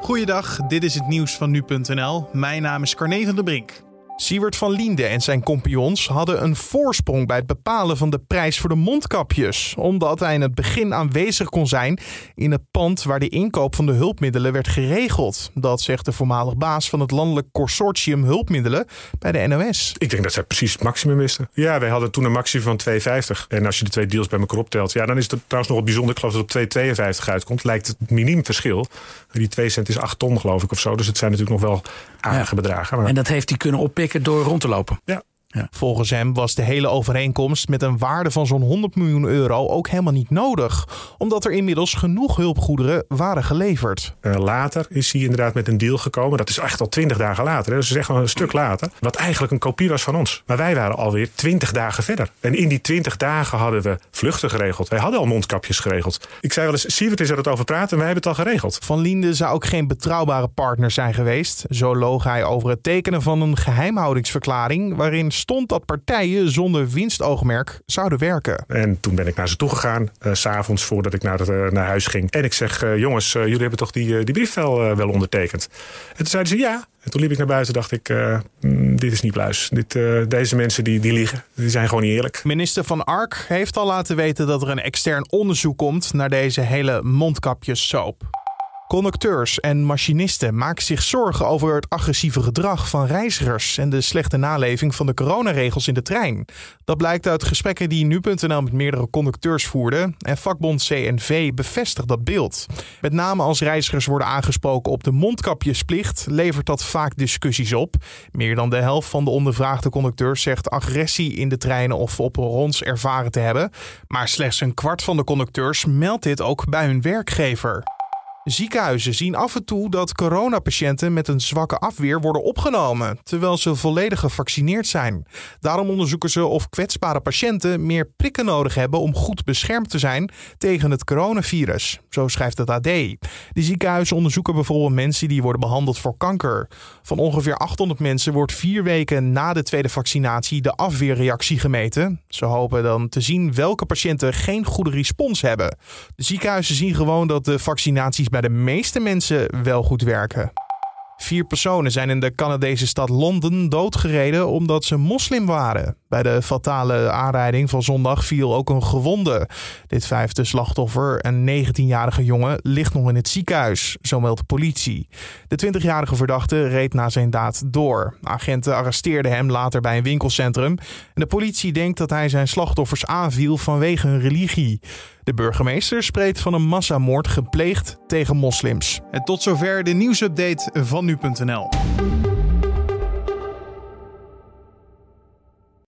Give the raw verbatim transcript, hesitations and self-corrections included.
Goeiedag, dit is het nieuws van nu punt n l. Mijn naam is Carne van der Brink. Siewert van Liende en zijn compagnons hadden een voorsprong bij het bepalen van de prijs voor de mondkapjes. Omdat hij in het begin aanwezig kon zijn in het pand waar de inkoop van de hulpmiddelen werd geregeld. Dat zegt de voormalig baas van het landelijk consortium hulpmiddelen bij de N O S. Ik denk dat zij precies het maximum wisten. Ja, wij hadden toen een maximum van twee vijftig. En als je de twee deals bij elkaar optelt, ja, dan is het trouwens nog wat bijzonder. Ik geloof dat het op twee tweeënvijftig uitkomt. Lijkt het miniem verschil. Die twee cent is acht ton, geloof ik, of zo. Dus het zijn natuurlijk nog wel aardige ja. bedragen. Maar... En dat heeft hij kunnen oppikken door rond te lopen. Ja. Ja. Volgens hem was de hele overeenkomst met een waarde van zo'n honderd miljoen euro ook helemaal niet nodig. Omdat er inmiddels genoeg hulpgoederen waren geleverd. Uh, later is hij inderdaad met een deal gekomen. Dat is echt al twintig dagen later. Hè? Dus zeg maar een stuk later. Wat eigenlijk een kopie was van ons. Maar wij waren alweer twintig dagen verder. En in die twintig dagen hadden we vluchten geregeld. Wij hadden al mondkapjes geregeld. Ik zei wel eens, Siewert is er het over praten en wij hebben het al geregeld. Van Liende zou ook geen betrouwbare partner zijn geweest. Zo loog hij over het tekenen van een geheimhoudingsverklaring waarin stond dat partijen zonder winstoogmerk zouden werken. En toen ben ik naar ze toe gegaan, uh, 's avonds voordat ik naar, het, uh, naar huis ging. En ik zeg, uh, jongens, uh, jullie hebben toch die, uh, die brief wel, uh, wel ondertekend? En toen zeiden ze ja. En toen liep ik naar buiten en dacht ik, uh, mm, dit is niet pluis. Dit, uh, deze mensen die, die liegen, die zijn gewoon niet eerlijk. Minister Van Ark heeft al laten weten dat er een extern onderzoek komt naar deze hele mondkapjessoap. Conducteurs en machinisten maken zich zorgen over het agressieve gedrag van reizigers en de slechte naleving van de coronaregels in de trein. Dat blijkt uit gesprekken die nu punt n l met meerdere conducteurs voerde en vakbond C N V bevestigt dat beeld. Met name als reizigers worden aangesproken op de mondkapjesplicht levert dat vaak discussies op. Meer dan de helft van de ondervraagde conducteurs zegt agressie in de treinen of op perrons ervaren te hebben. Maar slechts een kwart van de conducteurs meldt dit ook bij hun werkgever. Ziekenhuizen zien af en toe dat coronapatiënten met een zwakke afweer worden opgenomen, terwijl ze volledig gevaccineerd zijn. Daarom onderzoeken ze of kwetsbare patiënten meer prikken nodig hebben om goed beschermd te zijn tegen het coronavirus. Zo schrijft het A D. De ziekenhuizen onderzoeken bijvoorbeeld mensen die worden behandeld voor kanker. Van ongeveer achthonderd mensen wordt vier weken na de tweede vaccinatie de afweerreactie gemeten. Ze hopen dan te zien welke patiënten geen goede respons hebben. De ziekenhuizen zien gewoon dat de vaccinaties bij de meeste mensen wel goed werken. Vier personen zijn in de Canadese stad Londen doodgereden omdat ze moslim waren. Bij de fatale aanrijding van zondag viel ook een gewonde. Dit vijfde slachtoffer, een negentienjarige jongen, ligt nog in het ziekenhuis, zo meldt de politie. De twintigjarige verdachte reed na zijn daad door. Agenten arresteerden hem later bij een winkelcentrum. En de politie denkt dat hij zijn slachtoffers aanviel vanwege hun religie. De burgemeester spreekt van een massamoord gepleegd tegen moslims. En tot zover de nieuwsupdate van nu punt n l.